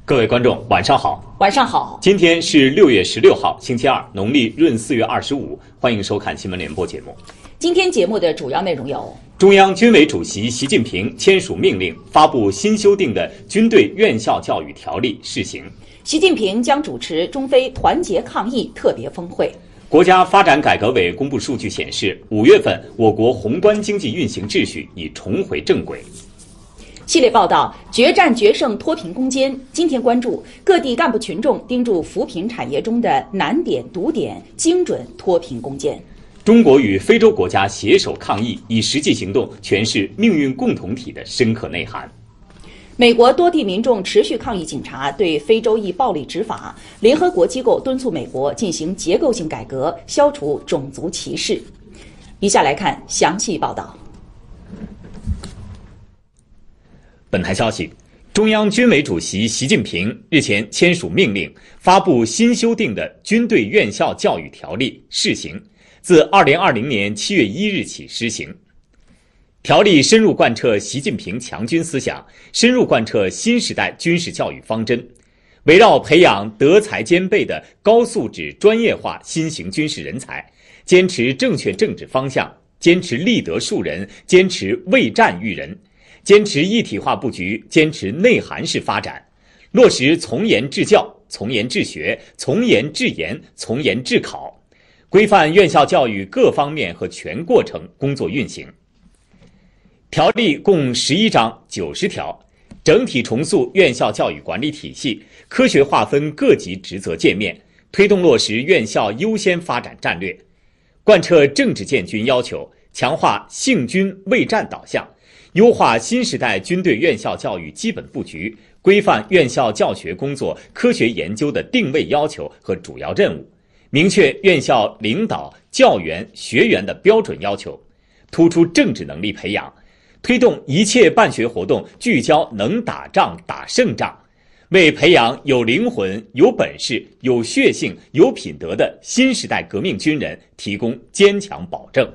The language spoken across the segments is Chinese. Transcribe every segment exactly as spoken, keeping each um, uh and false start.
各位观众，晚上好。 晚上好。 今天是六月十六号，星期二，农历闰四月二十五。欢迎收看新闻联播节目。 今天节目的主要内容有： 中央军委主席习近平签署命令，发布新修订的《军队院校教育条例》试行； 习近平将主持中非团结抗疫特别峰会； 国家发展改革委公布数据显示，五月份我国宏观经济运行秩序已重回正轨。 系列报道：决战决胜脱贫攻坚。今天关注各地干部群众盯住扶贫产业中的难点堵点，精准脱贫攻坚。 中国与非洲国家携手抗疫，以实际行动诠释命运共同体的深刻内涵。 美国多地民众持续抗议警察对非洲裔暴力执法，联合国机构敦促美国进行结构性改革，消除种族歧视。以下来看详细报道。 本台消息，中央军委主席习近平日前签署命令，发布新修订的《军队院校教育条例》试行，自二零二零年七月一日起施行。条例深入贯彻习近平强军思想，深入贯彻新时代军事教育方针，围绕培养德才兼备的高素质专业化新型军事人才，坚持正确政治方向，坚持立德树人，坚持为战育人，坚持一体化布局，坚持内涵式发展，落实从严治教、从严治学、从严治研、从严治考，规范院校教育各方面和全过程工作运行。条例共十一章九十条，整体重塑院校教育管理体系，科学划分各级职责界面，推动落实院校优先发展战略，贯彻政治建军要求，强化幸军为战导向，优化新时代军队院校教育基本布局，规范院校教学工作科学研究的定位要求和主要任务，明确院校领导、教员、学员的标准要求，突出政治能力培养，推动一切办学活动聚焦能打仗、打胜仗，为培养有灵魂、有本事、有血性、有品德的新时代革命军人提供坚强保证。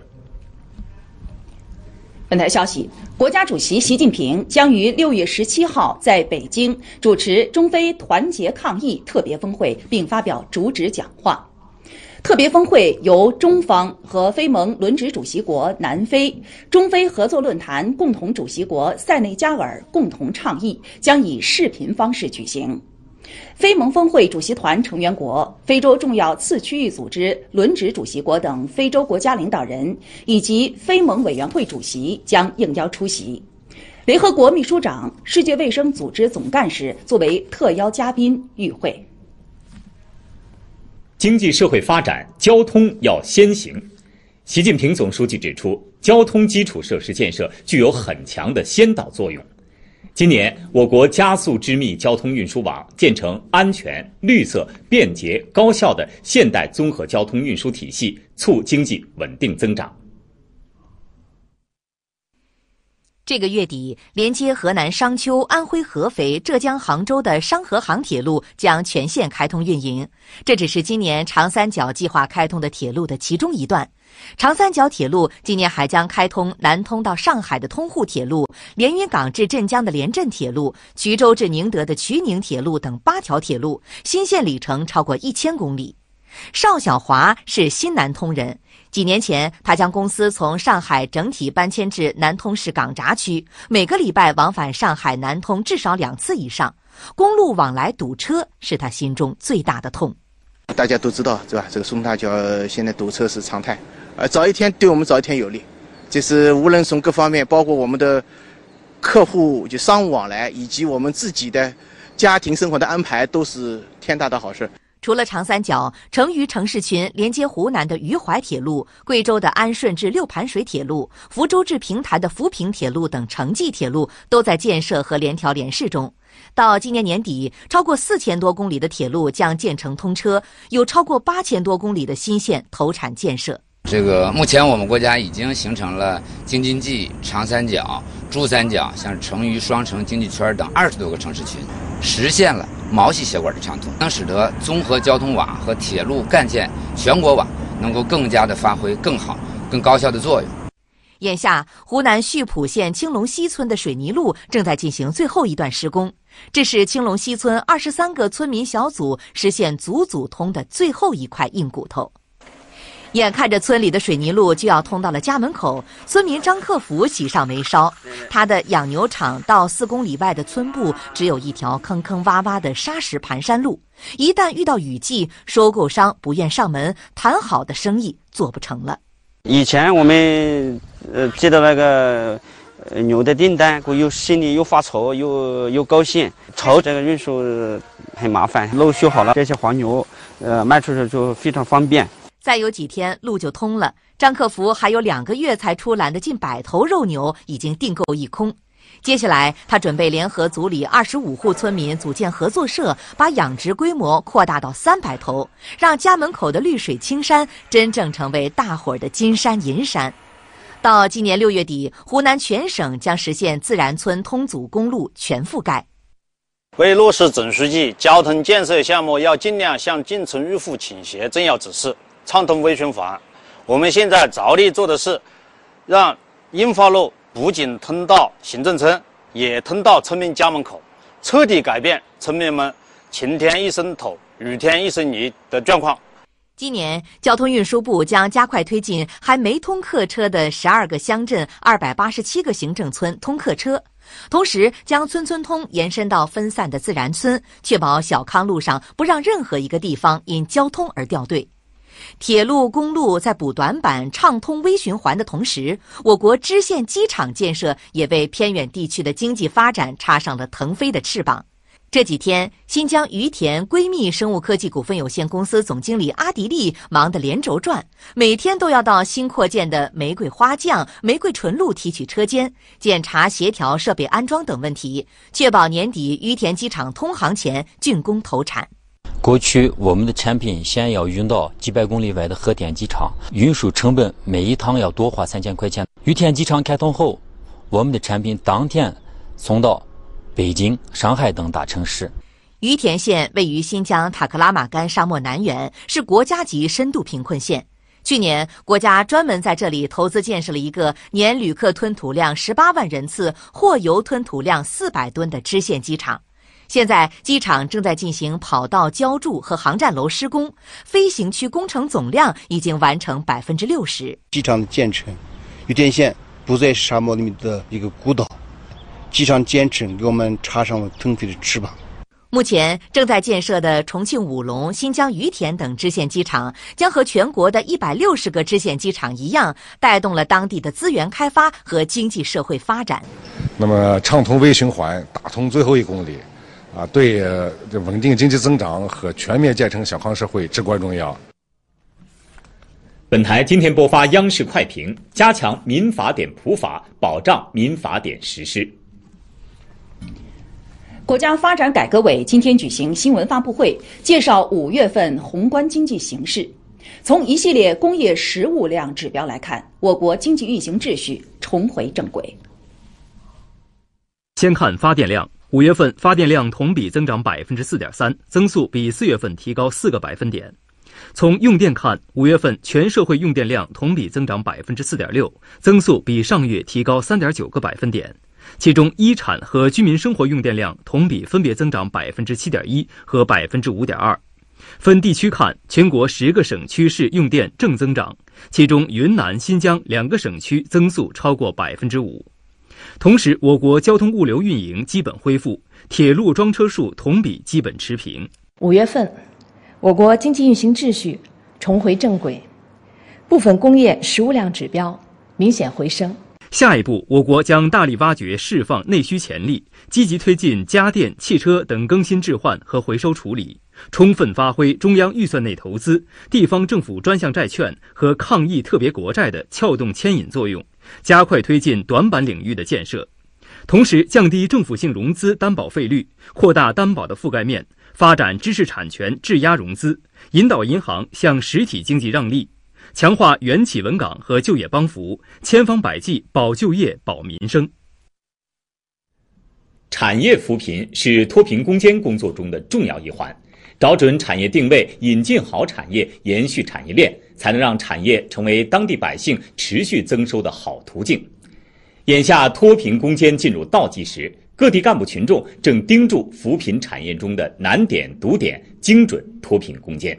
本台消息，国家主席习近平将于六月十七号在北京主持中非团结抗疫特别峰会，并发表主旨讲话。特别峰会由中方和非盟轮值主席国南非、中非合作论坛共同主席国塞内加尔共同倡议，将以视频方式举行。非盟峰会主席团成员国、非洲重要次区域组织轮值主席国等非洲国家领导人以及非盟委员会主席将应邀出席。联合国秘书长、世界卫生组织总干事作为特邀嘉宾与会。 经济社会发展，交通要先行。习近平总书记指出，交通基础设施建设具有很强的先导作用。今年，我国加速织密交通运输网，建成安全、绿色、便捷、高效的现代综合交通运输体系，促经济稳定增长。 这个月底，连接河南商丘、安徽合肥、浙江杭州的商河杭铁路将全线开通运营。这只是今年长三角计划开通的铁路的其中一段。长三角铁路今年还将开通南通到上海的通沪铁路、连云港至镇江的连镇铁路、衢州至宁德的衢宁铁路等八条铁路，新线里程超过一千公里。邵小华是新南通人，几年前他将公司从上海整体搬迁至南通市港闸区，每个礼拜往返上海南通至少两次以上，公路往来堵车是他心中最大的痛。 大家都知道，是吧？这个松大桥现在堵车是常态，而早一天对我们早一天有利，这是无论从各方面，包括我们的客户就商务往来，以及我们自己的家庭生活的安排，都是天大的好事。 除了长三角，成渝城市群连接湖南的渝淮铁路、贵州的安顺至六盘水铁路、福州至平潭的福平铁路等城际铁路都在建设和联调联试中。到今年年底，超过四千多公里的铁路将建成通车，有超过八千多公里的新线投产建设。 这个目前我们国家已经形成了京津冀、长三角、珠三角，像成渝双城经济圈等二十多个城市群，实现了毛细血管的畅通，能使得综合交通网和铁路干线全国网能够更加的发挥更好、更高效的作用。 眼下，湖南溆浦县青龙溪村的水泥路正在进行最后一段施工。 这是青龙西村二十三个村民小组实现祖祖通的最后一块硬骨头。眼看着村里的水泥路就要通到了家门口，村民张克福喜上眉梢。他的养牛场到四公里外的村部只有一条坑坑洼洼的沙石盘山路，一旦遇到雨季，收购商不愿上门，谈好的生意做不成了。 以前我们呃接到那个呃牛的订单，又心里又发愁又又高兴，愁这个运输很麻烦，路修好了，这些黄牛呃卖出去就非常方便。 再有几天路就通了，张克福还有两个月才出栏的近百头肉牛已经订购一空。接下来他准备联合组里二十五户村民组建合作社，把养殖规模扩大到三百头，让家门口的绿水青山真正成为大伙儿的金山银山。到今年六月底，湖南全省将实现自然村通组公路全覆盖。 为落实总书记交通建设项目要尽量向进村入户倾斜重要指示，畅通微循环，我们现在着力做的是，让印发路不仅通到行政村，也通到村民家门口，彻底改变村民们晴天一声土，雨天一声泥的状况。 今年，交通运输部将加快推进还没通客车的十二个乡镇、二百八十七个行政村通客车，同时将村村通延伸到分散的自然村，确保小康路上不让任何一个地方因交通而掉队。铁路、公路在补短板、畅通微循环的同时，我国支线机场建设也为偏远地区的经济发展插上了腾飞的翅膀。这几天，新疆于田闺蜜生物科技股份有限公司总经理阿迪丽忙得连轴转，每天都要到新扩建的玫瑰花酱、玫瑰纯露提取车间，检查协调设备安装等问题，确保年底于田机场通航前竣工投产。 过去我们的产品先要运到几百公里外的和田机场，运输成本每一趟要多花三千块钱。于田机场开通后，我们的产品当天送到北京、上海等大城市。 于田县位于新疆塔克拉玛干沙漠南缘，是国家级深度贫困县。去年，国家专门在这里投资建设了一个年旅客吞吐量十八万人次、货油吞吐量四百吨的支线机场。现在，机场正在进行跑道浇筑和航站楼施工，飞行区工程总量已经完成百分之六十。 机场的建成，于田县不再是沙漠里面的一个孤岛，机场建成给我们插上了腾飞的翅膀。 目前正在建设的重庆武隆、新疆于田等支线机场，将和全国的一百六十个支线机场一样，带动了当地的资源开发和经济社会发展。 那么，畅通微循环，打通最后一公里。啊，对呃稳定经济增长和全面建成小康社会至关重要。 本台今天播发央视快评，加强民法典普法，保障民法典实施。 国家发展改革委今天举行新闻发布会，介绍五月份宏观经济形势。从一系列工业实物量指标来看，我国经济运行秩序重回正轨。 先看发电量。五月份发电量同比增长百分之四点三，增速比四月份提高四个百分点。从用电看，五月份全社会用电量同比增长百分之四点六，增速比上月提高三点九个百分点。其中，一产和居民生活用电量同比分别增长百分之七点一和百分之五点二。分地区看，全国十个省区市用电正增长，其中云南、新疆两个省区增速超过百分之五。同时，我国交通物流运营基本恢复，铁路装车数同比基本持平。 五月份，我国经济运行秩序重回正轨，部分工业实物量指标明显回升。 下一步，我国将大力挖掘释放内需潜力，积极推进家电、汽车等更新置换和回收处理，充分发挥中央预算内投资、地方政府专项债券和抗疫特别国债的撬动牵引作用，加快推进短板领域的建设，同时降低政府性融资担保费率，扩大担保的覆盖面，发展知识产权质押融资，引导银行向实体经济让利，强化原企稳岗和就业帮扶，千方百计保就业、保民生。 产业扶贫是脱贫攻坚工作中的重要一环，找准产业定位，引进好产业，延续产业链，才能让产业成为当地百姓持续增收的好途径。眼下脱贫攻坚进入倒计时， 各地干部群众正盯住扶贫产业中的难点、堵点，精准脱贫攻坚。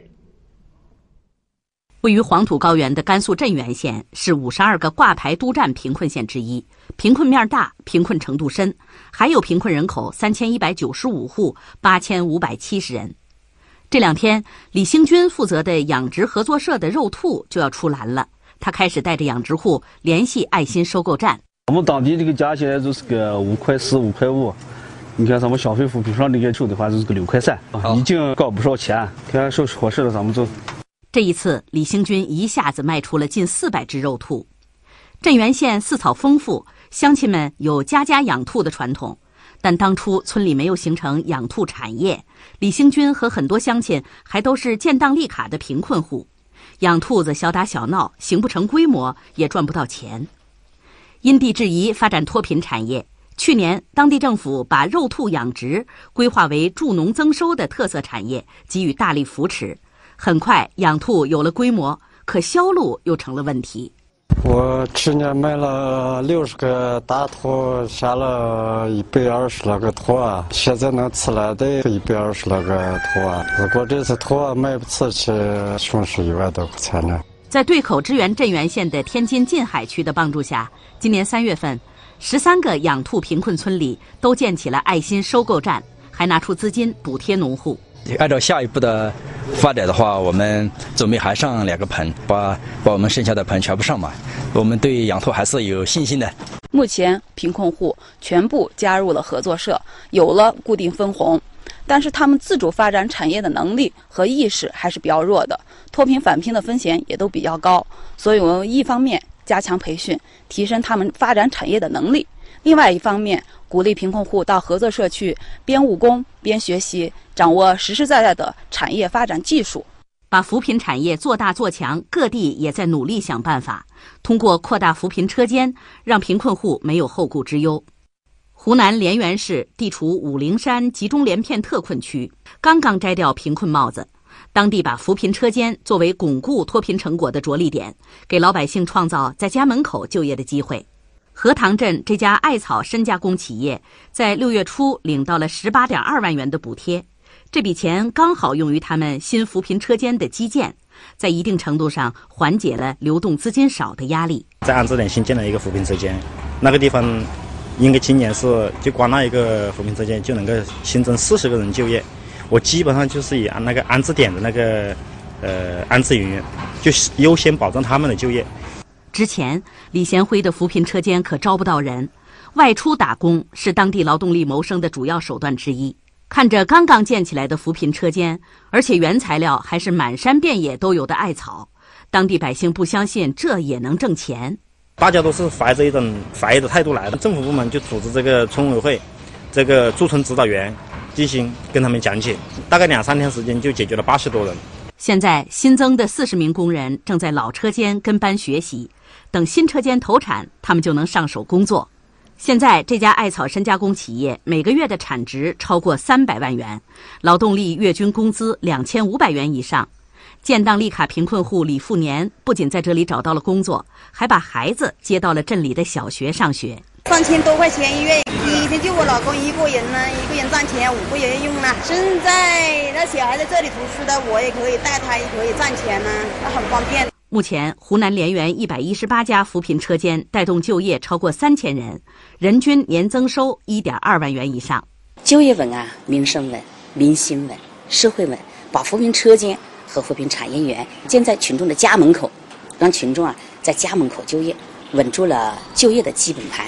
位于黄土高原的甘肃镇原县是五十二个挂牌督战贫困县之一，贫困面大，贫困程度深，还有贫困人口三千一百九十五户，八千五百七十人。这两天，李兴军负责的养殖合作社的肉兔就要出栏了，他开始带着养殖户联系爱心收购站。 我们当地这个价钱就是个五块四、五块五。你看咱们消费扶贫上这个收的话就是个六块三，已经搞不少钱。看收拾合适了，咱们就。 这一次，李兴军一下子卖出了近四百只肉兔。镇原县饲草丰富，乡亲们有家家养兔的传统，但当初村里没有形成养兔产业，李兴军和很多乡亲还都是建档立卡的贫困户，养兔子小打小闹，形不成规模，也赚不到钱。因地制宜发展脱贫产业，去年当地政府把肉兔养殖规划为助农增收的特色产业，给予大力扶持。很快，养兔有了规模，可销路又成了问题。 我去年买了六十个大兔，下了一百二十来个兔啊，现在能吃来的一百二十来个兔啊。如果这次兔啊卖不出去，损失一万多块钱呢。 在对口支援镇原县的天津晋海区的帮助下，今年三月份，十三个养兔贫困村里都建起了爱心收购站，还拿出资金补贴农户。 按照下一步的发展的话，我们准备还上两个盆，把把我们剩下的盆全部上满。我们对养兔还是有信心的。 目前贫困户全部加入了合作社，有了固定分红，但是他们自主发展产业的能力和意识还是比较弱的，脱贫返贫的风险也都比较高。所以我们一方面加强培训，提升他们发展产业的能力，另外一方面鼓励贫困户到合作社去边务工边学习，掌握实实在在的产业发展技术。 把扶贫产业做大做强，各地也在努力想办法，通过扩大扶贫车间，让贫困户没有后顾之忧。湖南涟源市地处武陵山集中连片特困区，刚刚摘掉贫困帽子，当地把扶贫车间作为巩固脱贫成果的着力点，给老百姓创造在家门口就业的机会。荷塘镇这家艾草深加工企业在六月初领到了十八点二万元的补贴，这笔钱刚好用于他们新扶贫车间的基建，在一定程度上缓解了流动资金少的压力。 在安置点新建了一个扶贫车间，那个地方应该今年是就光那一个扶贫车间就能够新增四十个人就业。我基本上就是以那个安置点的那个呃安置人员，就是优先保障他们的就业。 之前，李贤辉的扶贫车间可招不到人，外出打工是当地劳动力谋生的主要手段之一。看着刚刚建起来的扶贫车间，而且原材料还是满山遍野都有的艾草，当地百姓不相信这也能挣钱。 大家都是怀着一种怀疑的态度来的，政府部门就组织这个村委会、这个驻村指导员进行跟他们讲解，大概两三天时间就解决了八十多人。 现在新增的四十名工人正在老车间跟班学习，等新车间投产，他们就能上手工作。现在这家艾草深加工企业每个月的产值超过三百万元，劳动力月均工资两千五百元以上。建档立卡贫困户李富年不仅在这里找到了工作，还把孩子接到了镇里的小学上学。 三千多块钱一月，以前就我老公一个人呢，一个人赚钱，五个人用呢。现在那小孩在这里读书的，我也可以带他，也可以赚钱呢，那很方便。 目前，湖南涟源一百一十八家扶贫车间带动就业超过三千人，人均年增收一点二万元以上。 就业稳啊，民生稳，民心稳，社会稳，把扶贫车间和扶贫产业园建在群众的家门口，让群众啊在家门口就业，稳住了就业的基本盘。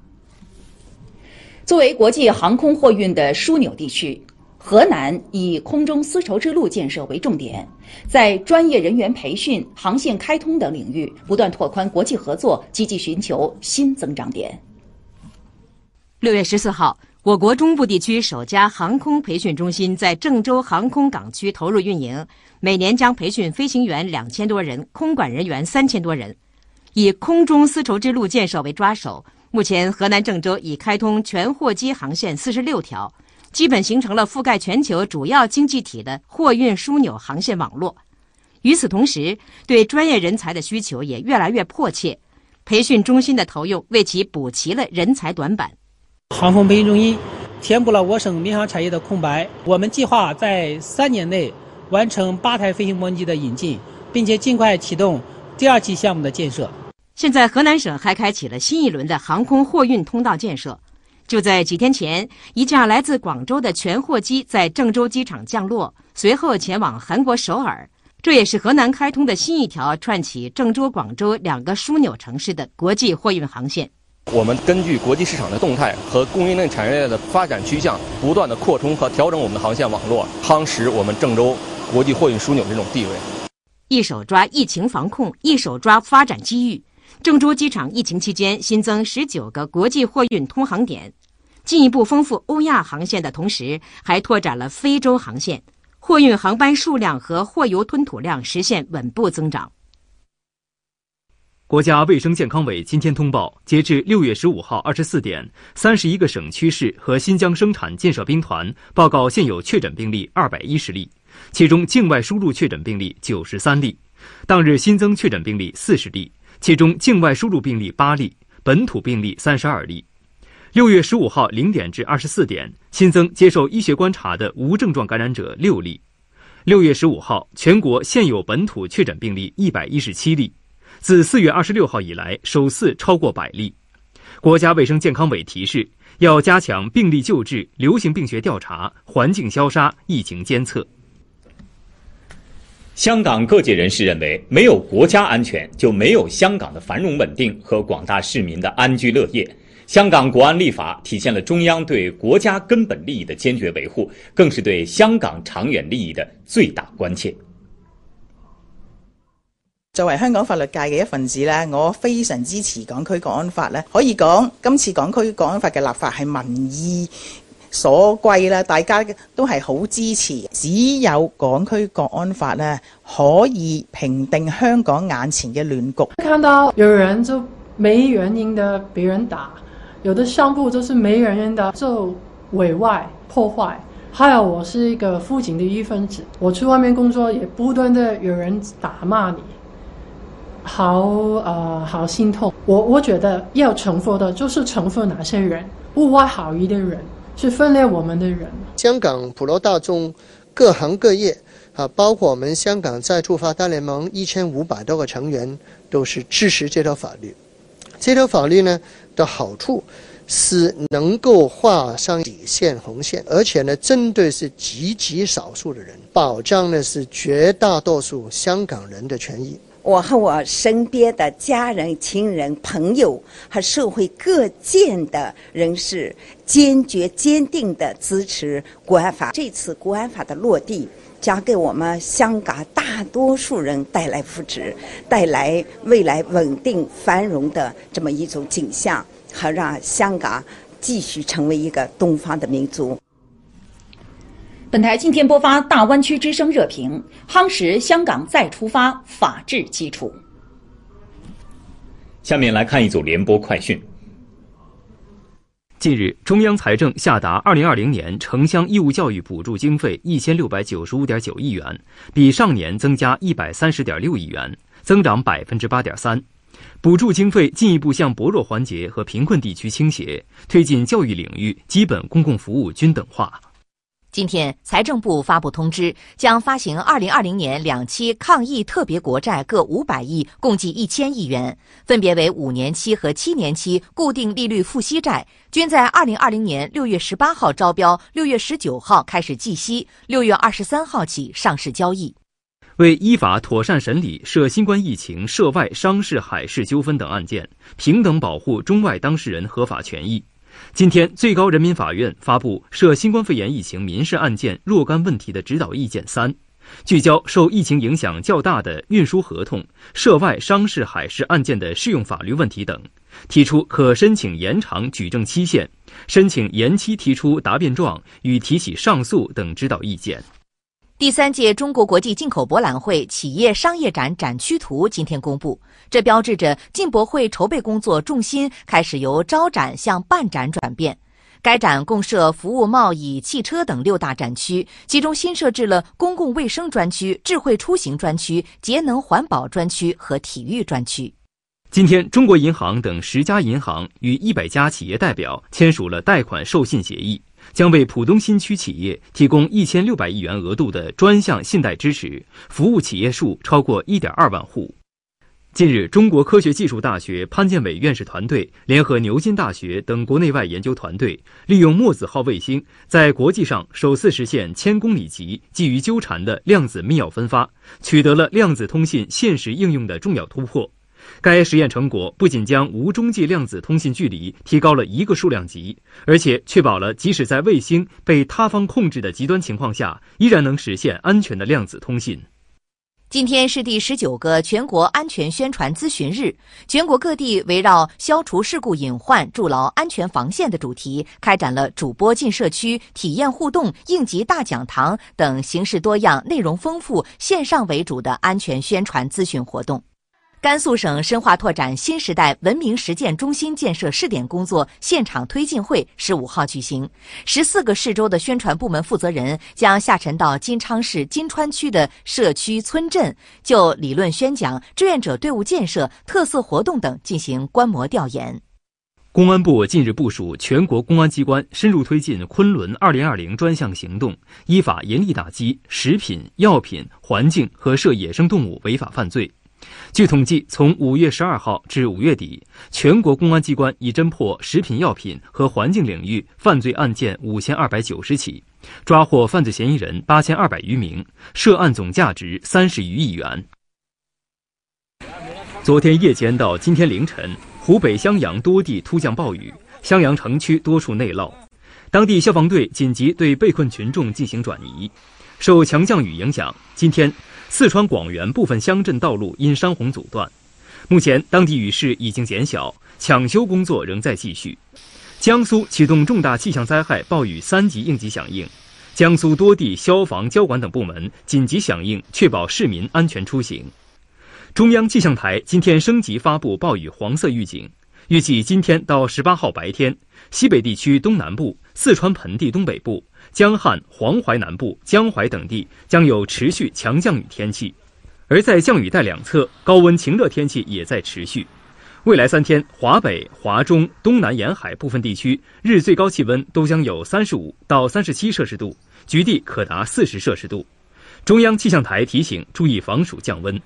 作为国际航空货运的枢纽地区，河南以空中丝绸之路建设为重点，在专业人员培训、航线开通等领域不断拓宽国际合作，积极寻求新增长点。 六月十四号，我国中部地区首家航空培训中心在郑州航空港区投入运营，每年将培训飞行员两千多人，空管人员三千多人。以空中丝绸之路建设为抓手，目前河南郑州已开通全货机航线四十六条。基本形成了覆盖全球主要经济体的货运枢纽航线网络。与此同时，对专业人才的需求也越来越迫切，培训中心的投用为其补齐了人才短板。 航空培训中心填补了我省民航产业的空白。我们计划在三年内完成八台飞行模拟机的引进，并且尽快启动第二期项目的建设。 现在河南省还开启了新一轮的航空货运通道建设。就在几天前，一架来自广州的全货机在郑州机场降落，随后前往韩国首尔。这也是河南开通的新一条串起郑州、广州两个枢纽城市的国际货运航线。 我们根据国际市场的动态和供应链产业链的发展趋向，不断的扩充和调整我们的航线网络，夯实我们郑州国际货运枢纽这种地位。 一手抓疫情防控，一手抓发展机遇。郑州机场疫情期间新增十九个国际货运通航点，进一步丰富欧亚航线的同时，还拓展了非洲航线。货运航班数量和货油吞吐量实现稳步增长。 国家卫生健康委今天通报，截至六月十五号二十四点，三十一个省区市和新疆生产建设兵团报告现有确诊病例二百一十例，其中境外输入确诊病例九十三例，当日新增确诊病例四十例，其中境外输入病例八例，本土病例三十二例。六月十五号零点至二十四点，新增接受医学观察的无症状感染者六例。六月十五号，全国现有本土确诊病例一百一十七例，自四月二十六号以来首次超过百例。国家卫生健康委提示，要加强病例救治、流行病学调查、环境消杀、疫情监测。 香港各界人士认为，没有国家安全，就没有香港的繁荣稳定和广大市民的安居乐业。香港国安立法体现了中央对国家根本利益的坚决维護，更是對香港長遠利益的最大關切。 作為香港法律界嘅一份子咧，我非常支持港區國安法咧。可以講，今次港區國安法嘅立法係民意所歸啦，大家都係好支持。只有港區國安法咧，可以平定香港眼前嘅亂局。 看到有人就沒原因的別人打。有的商鋪就是沒原因的就毀壞破壞，還有我是一個婦警的一分子，我去外面工作也不斷的有人打罵你，好呃好心痛。我我覺得要懲罰的就是懲罰哪些人，不懷好意的人，是分裂我們的人。 香港普羅大眾各行各業啊，包括我們香港在駐華大聯盟一千五百多個成員都是支持這條法律。這條法律呢的好處是能夠畫上底線紅線，而且呢針對是極極少數的人，保障的是絕大多數香港人的權益。 我和我身邊的家人、親人、朋友和社會各界的人士堅決堅定地支持國安法。這次國安法的落地將給我們香港大多數人帶來福祉，帶來未來穩定繁榮的這麼一種景象，和讓香港繼續成為一個東方的民族。 本台今天播发大湾区之声热评，夯实香港再出发法治基础。 下面来看一组联播快讯。 近日，中央财政下达二零二零年城乡义务教育补助经费一千六百九十五点九亿元，比上年增加一百三十点六亿元，增长百分之八点三。补助经费进一步向薄弱环节和贫困地区倾斜，推进教育领域基本公共服务均等化。 今天，财政部发布通知，将发行二零二零年两期抗疫特别国债各五百亿，共计一千亿元，分别为五年期和七年期固定利率付息债，均在二零二零年六月十八号招标，六月十九号开始计息，六月二十三号起上市交易。 为依法妥善审理涉新冠疫情涉外商事海事纠纷等案件，平等保护中外当事人合法权益。今天，最高人民法院发布涉新冠肺炎疫情民事案件若干问题的指导意见三，聚焦受疫情影响较大的运输合同、涉外商事海事案件的适用法律问题等，提出可申请延长举证期限、申请延期提出答辩状与提起上诉等指导意见。 第三届中国国际进口博览会企业商业展展区图今天公布，这标志着进博会筹备工作重心开始由招展向办展转变。该展共设服务、贸易、汽车等六大展区，其中新设置了公共卫生专区、智慧出行专区、节能环保专区和体育专区。 今天，中国银行等十家银行与一百家企业代表签署了贷款授信协议，将为浦东新区企业提供一千六百亿元额度的专项信贷支持，服务企业数超过一点二万户。近日，中国科学技术大学潘建伟院士团队联合牛津大学等国内外研究团队，利用墨子号卫星，在国际上首次实现千公里级基于纠缠的量子密钥分发，取得了量子通信现实应用的重要突破。该实验成果不仅将无中继量子通信距离提高了一个数量级，而且确保了即使在卫星被他方控制的极端情况下，依然能实现安全的量子通信。 今天是第十九个全国安全宣传咨询日，全国各地围绕消除事故隐患、筑牢安全防线的主题，开展了主播进社区、体验互动、应急大讲堂等形式多样、内容丰富、线上为主的安全宣传咨询活动。甘肃省深化拓展新时代文明实践中心建设试点工作现场推进会十五号举行，十四个市州的宣传部门负责人将下沉到金昌市金川区的社区村镇，就理论宣讲、志愿者队伍建设、特色活动等进行观摩调研。 公安部近日部署全国公安机关深入推进昆仑二零二零专项行动，依法严厉打击食品、药品、环境和涉野生动物违法犯罪。据统计，从五月十二号至五月底，全国公安机关已侦破食品药品和环境领域犯罪案件五千二百九十起，抓获犯罪嫌疑人八千二百余名，涉案总价值三十余亿元。昨天夜间到今天凌晨，湖北襄阳多地突降暴雨，襄阳城区多处内涝，当地消防队紧急对被困群众进行转移。受强降雨影响，今天四川广元部分乡镇道路因山洪阻断，目前当地雨势已经减小，抢修工作仍在继续。江苏启动重大气象灾害暴雨三级应急响应，江苏多地消防、交管等部门紧急响应，确保市民安全出行。中央气象台今天升级发布暴雨黄色预警，预计今天到十八号白天，西北地区东南部、四川盆地东北部、江汉、黄淮南部、江淮等地将有持续强降雨天气，而在降雨带两侧，高温晴热天气也在持续。未来三天，华北、华中、东南沿海部分地区日最高气温都将有三十五到三十七摄氏度，局地可达四十摄氏度。中央气象台提醒注意防暑降温。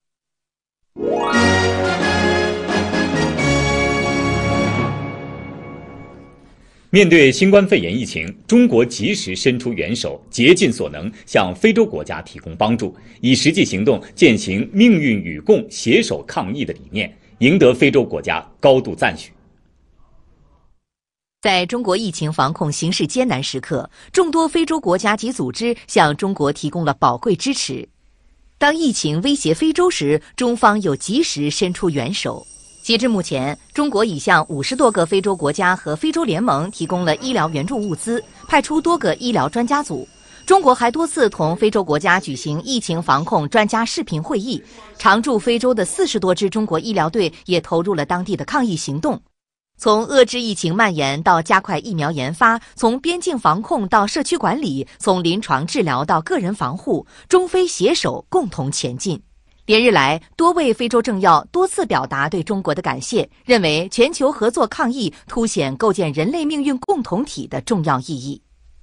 面对新冠肺炎疫情，中国及时伸出援手，竭尽所能向非洲国家提供帮助，以实际行动践行命运与共、携手抗疫的理念，赢得非洲国家高度赞许。 在中国疫情防控形势艰难时刻，众多非洲国家及组织向中国提供了宝贵支持。当疫情威胁非洲时，中方又及时伸出援手。截至目前，中国已向五十多个非洲国家和非洲联盟提供了医疗援助物资，派出多个医疗专家组。中国还多次同非洲国家举行疫情防控专家视频会议，常驻非洲的四十多支中国医疗队也投入了当地的抗疫行动。从遏制疫情蔓延到加快疫苗研发，从边境防控到社区管理，从临床治疗到个人防护，中非携手共同前进。连日来，多位非洲政要多次表达对中国的感谢，认为全球合作抗疫凸显构建人类命运共同体的重要意义。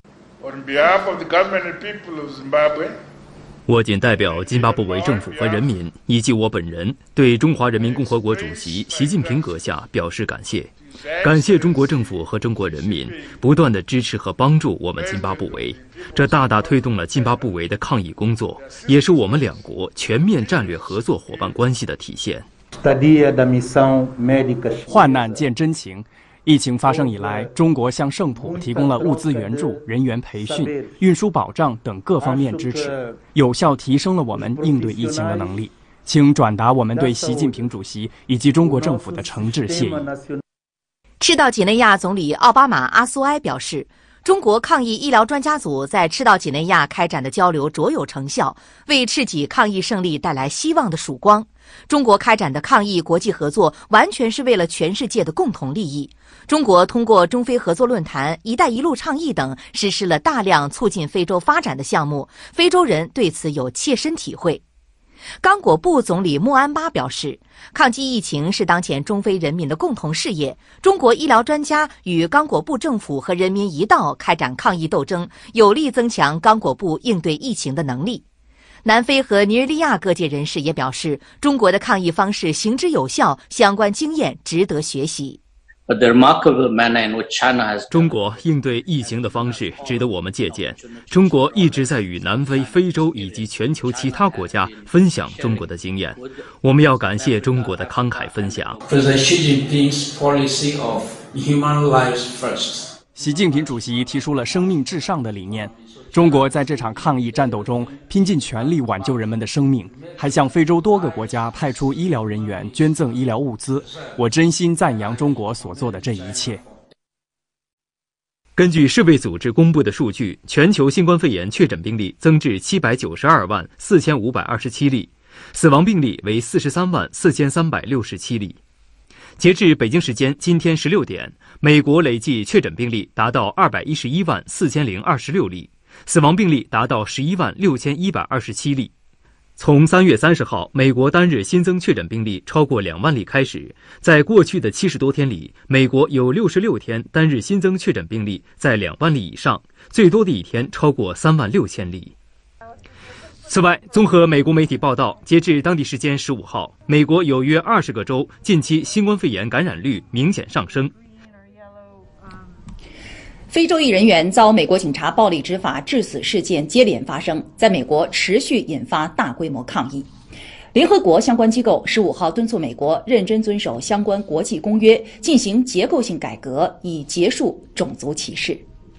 我谨代表津巴布韦政府和人民，以及我本人，对中华人民共和国主席习近平阁下表示感谢。感谢中国政府和中国人民不断的支持和帮助我们津巴布韦，这大大推动了津巴布韦的抗疫工作，也是我们两国全面战略合作伙伴关系的体现。 患难见真情。疫情发生以来，中国向圣普提供了物资援助、人员培训、运输保障等各方面支持，有效提升了我们应对疫情的能力。请转达我们对习近平主席以及中国政府的诚挚谢意。 赤道几内亚总理奥巴马阿苏埃表示，中国抗疫医疗专家组在赤道几内亚开展的交流卓有成效，为赤几抗疫胜利带来希望的曙光。中国开展的抗疫国际合作完全是为了全世界的共同利益。中国通过中非合作论坛、一带一路倡议等实施了大量促进非洲发展的项目，非洲人对此有切身体会。 刚果布总理穆安巴表示，抗击疫情是当前中非人民的共同事业。中国医疗专家与刚果布政府和人民一道开展抗疫斗争，有力增强刚果布应对疫情的能力。南非和尼日利亚各界人士也表示，中国的抗疫方式行之有效，相关经验值得学习。 中国应对疫情的方式值得我们借鉴。中国一直在与南非、非洲以及全球其他国家分享中国的经验，我们要感谢中国的慷慨分享。 习近平主席提出了生命至上的理念。中国在这场抗疫战斗中拼尽全力挽救人们的生命，还向非洲多个国家派出医疗人员捐赠医疗物资。我真心赞扬中国所做的这一切。 根据世卫组织公布的数据，全球新冠肺炎确诊病例增至七百九十二万四千五百二十七例，死亡病例为四十三万四千三百六十七例。截至北京时间今天十六点，美国累计确诊病例达到二百一十一万四千零二十六例，死亡病例达到十一万六千一百二十七例。从三月三十号美国单日新增确诊病例超过两万例开始，在过去的七十多天里，美国有六十六天单日新增确诊病例在两万例以上，最多的一天超过三万六千例。此外，综合美国媒体报道，截至当地时间十五号，美国有约二十个州近期新冠肺炎感染率明显上升。 非洲裔人员遭美国警察暴力执法致死事件接连发生，在美国持续引发大规模抗议。联合国相关机构十五号敦促美国认真遵守相关国际公约，进行结构性改革，以结束种族歧视。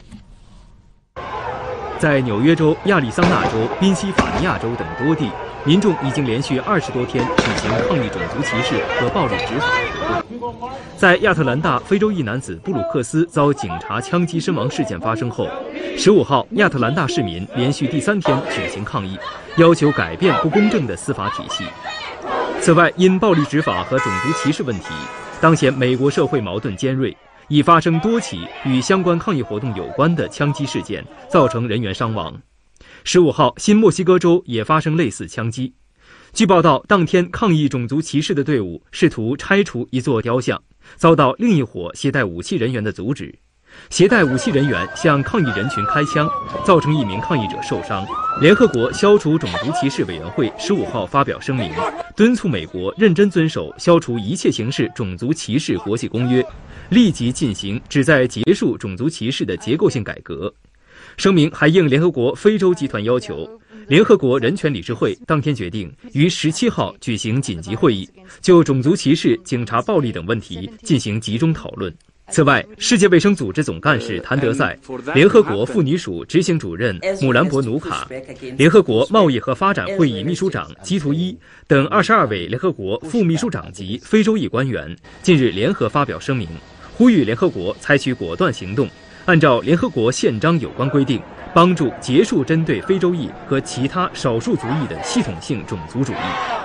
在纽约州、亚利桑那州、宾夕法尼亚州等多地，民众已经连续二十多天举行抗议种族歧视和暴力执法活动。在亚特兰大，非洲裔男子布鲁克斯遭警察枪击身亡事件发生后，十五号，亚特兰大市民连续第三天举行抗议，要求改变不公正的司法体系。此外，因暴力执法和种族歧视问题，当前美国社会矛盾尖锐。已发生多起与相关抗议活动有关的枪击事件，造成人员伤亡。十五号，新墨西哥州也发生类似枪击。据报道，当天抗议种族歧视的队伍试图拆除一座雕像，遭到另一伙携带武器人员的阻止。携带武器人员向抗议人群开枪，造成一名抗议者受伤。联合国消除种族歧视委员会十五号发表声明，敦促美国认真遵守消除一切形式种族歧视国际公约，立即进行旨在结束种族歧视的结构性改革。声明还应联合国非洲集团要求，联合国人权理事会当天决定于十七号举行紧急会议，就种族歧视、警察暴力等问题进行集中讨论。此外，世界卫生组织总干事谭德赛、联合国妇女署执行主任姆兰博努卡、联合国贸易和发展会议秘书长基图伊等二十二位联合国副秘书长级非洲裔官员近日联合发表声明，呼吁联合国采取果断行动，按照联合国宪章有关规定，帮助结束针对非洲裔和其他少数族裔的系统性种族主义。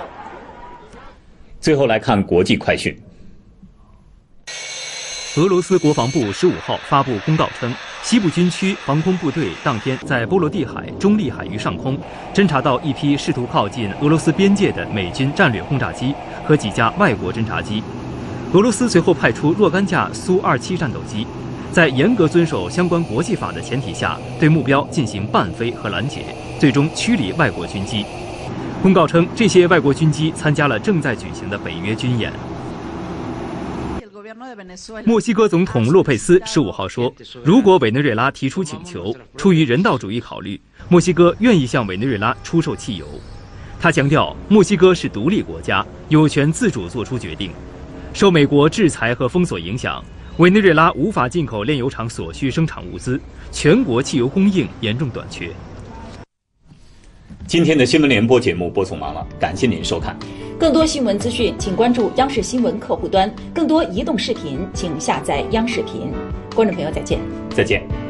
最后来看国际快讯。 俄罗斯国防部十五号发布公告称，西部军区防空部队当天在波罗的海中立海域上空侦察到一批试图靠近俄罗斯边界的美军战略轰炸机和几架外国侦察机。俄罗斯随后派出若干架苏二七战斗机，在严格遵守相关国际法的前提下，对目标进行伴飞和拦截，最终驱离外国军机。公告称，这些外国军机参加了正在举行的北约军演。墨西哥总统洛佩斯十五号说，如果委内瑞拉提出请求，出于人道主义考虑，墨西哥愿意向委内瑞拉出售汽油。他强调，墨西哥是独立国家，有权自主做出决定。受美国制裁和封锁影响，委内瑞拉无法进口炼油厂所需生产物资，全国汽油供应严重短缺。 今天的新闻联播节目播送完了，感谢您收看。 更多新闻资讯，请关注央视新闻客户端；更多移动视频，请下载央视频。观众朋友，再见。 再见。